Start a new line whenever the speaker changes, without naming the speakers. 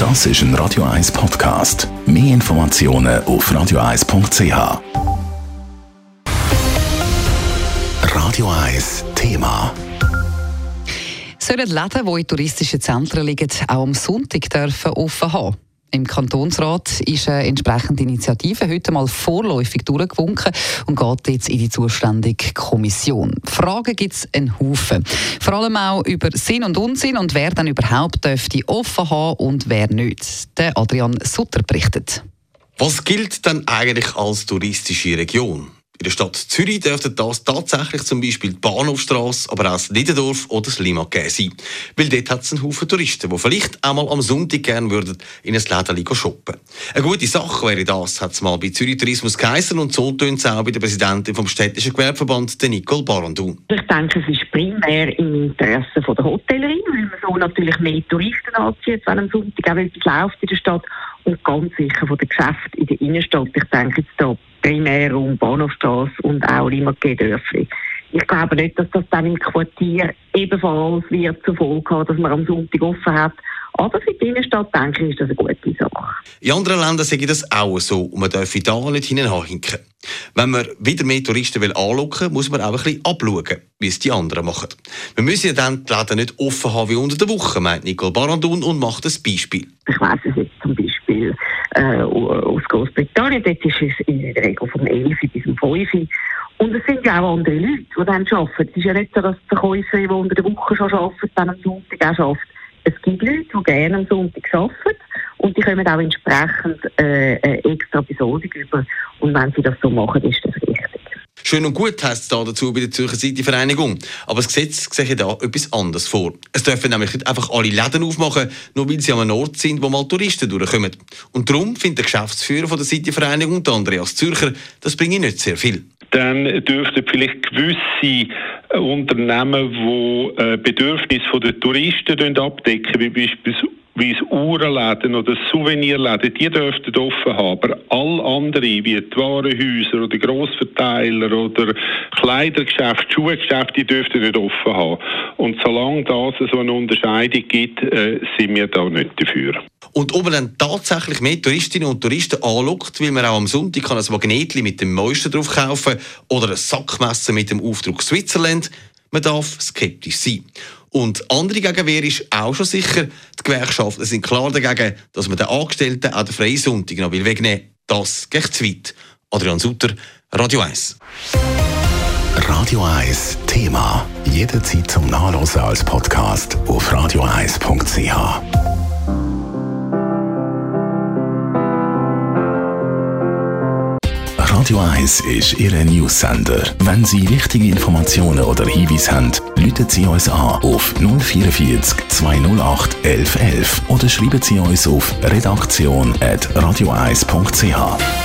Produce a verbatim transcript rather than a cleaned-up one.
Das ist ein Radio eins Podcast. Mehr Informationen auf radio eins punkt c h. Radio eins Thema.
Sollen Läden, die in touristischen Zentren liegen, auch am Sonntag dürfen offen haben? Im Kantonsrat ist eine entsprechende Initiative heute mal vorläufig durchgewunken und geht jetzt in die zuständige Kommission. Fragen gibt es einen Haufen. Vor allem auch über Sinn und Unsinn und wer dann überhaupt dürfte offen haben und wer nicht. Der Adrian Sutter berichtet.
Was gilt denn eigentlich als touristische Region? In der Stadt Zürich dürfte das tatsächlich zum Beispiel die Bahnhofstrasse, aber auch das Niederdorf oder das Limmatquai sein. Weil dort hat es einen Haufen Touristen, die vielleicht einmal am Sonntag gerne würden in ein Läden shoppen. Eine gute Sache wäre das, hat es mal bei Zürich Tourismus geheissen, und so tönt es auch bei der Präsidentin vom städtischen Gewerbeverband, der Nicole Barandun.
Ich denke, es ist primär im Interesse von der Hotellerie, weil man so natürlich mehr Touristen anzieht, wenn am Sonntag auch etwas läuft in der Stadt, und ganz sicher von den Geschäften in der Innenstadt. Ich denke jetzt da primär um Bahnhofstrasse und auch Limmatquai-Dörfli. Ich glaube nicht, dass das dann im Quartier ebenfalls wird zur Folge haben, dass man am Sonntag offen hat. Aber für die Innenstadt, denke ich, ist das eine gute Sache.
In anderen Ländern sehe ich das auch so und man darf da nicht hineinhinken. Wenn man wieder mehr Touristen will anlocken will, muss man auch ein bisschen abschauen, wie es die anderen machen. Wir müssen ja dann die Läden nicht offen haben wie unter der Woche, meint Nicole Barandun und macht ein Beispiel.
Ich weiss es jetzt zum Beispiel äh, aus Großbritannien. Dort ist es in der Regel vom elf bis um fünf. Und es sind ja auch andere Leute, die dann arbeiten. Es ist ja nicht so, dass die Verkäufer, die unter der Woche schon arbeiten, dann am Sonntag auch arbeiten. Es gibt Leute, die gerne am Sonntag arbeiten und die kommen auch entsprechend äh, extra Besoldung über. Und wenn sie das so machen, ist das richtig.
Schön und gut heisst es da dazu bei der Zürcher City-Vereinigung. Aber das Gesetz sehe da etwas anderes vor. Es dürfen nämlich nicht einfach alle Läden aufmachen, nur weil sie an einem Ort sind, wo mal Touristen durchkommen. Und darum findet der Geschäftsführer von der City-Vereinigung, Andreas Zürcher, das bringe nicht sehr viel.
Dann dürften vielleicht gewisse Unternehmen, die äh, Bedürfnisse der Touristen abdecken, wie beispielsweise Uhrenläden oder Souvenirläden, die dürften offen haben. Aber alle anderen, wie die Warenhäuser oder Grossverteiler oder Kleidergeschäfte, Schuhgeschäfte, die dürften nicht offen haben. Und solange das so eine Unterscheidung gibt, äh, sind wir da nicht dafür.
Und ob man dann tatsächlich mehr Touristinnen und Touristen anlockt, weil man auch am Sonntag ein Magnetli mit dem Mäuschen drauf kaufen oder ein Sackmesser mit dem Aufdruck Switzerland, man darf skeptisch sein. Und andere Gegenwehr ist auch schon sicher, die Gewerkschaften sind klar dagegen, dass man den Angestellten auch den freien Sonntag noch wegnehmen will. Das geht zu weit. Adrian Sutter, Radio eins.
Radio eins Thema. Jederzeit zum Nachlesen als Podcast auf radio eins punkt c h. Radio eins ist Ihr News-Sender. Wenn Sie wichtige Informationen oder Hinweise haben, rufen Sie uns an auf null vierundvierzig zweihundertacht elf elf oder schreiben Sie uns auf redaktion at radio eins punkt c h.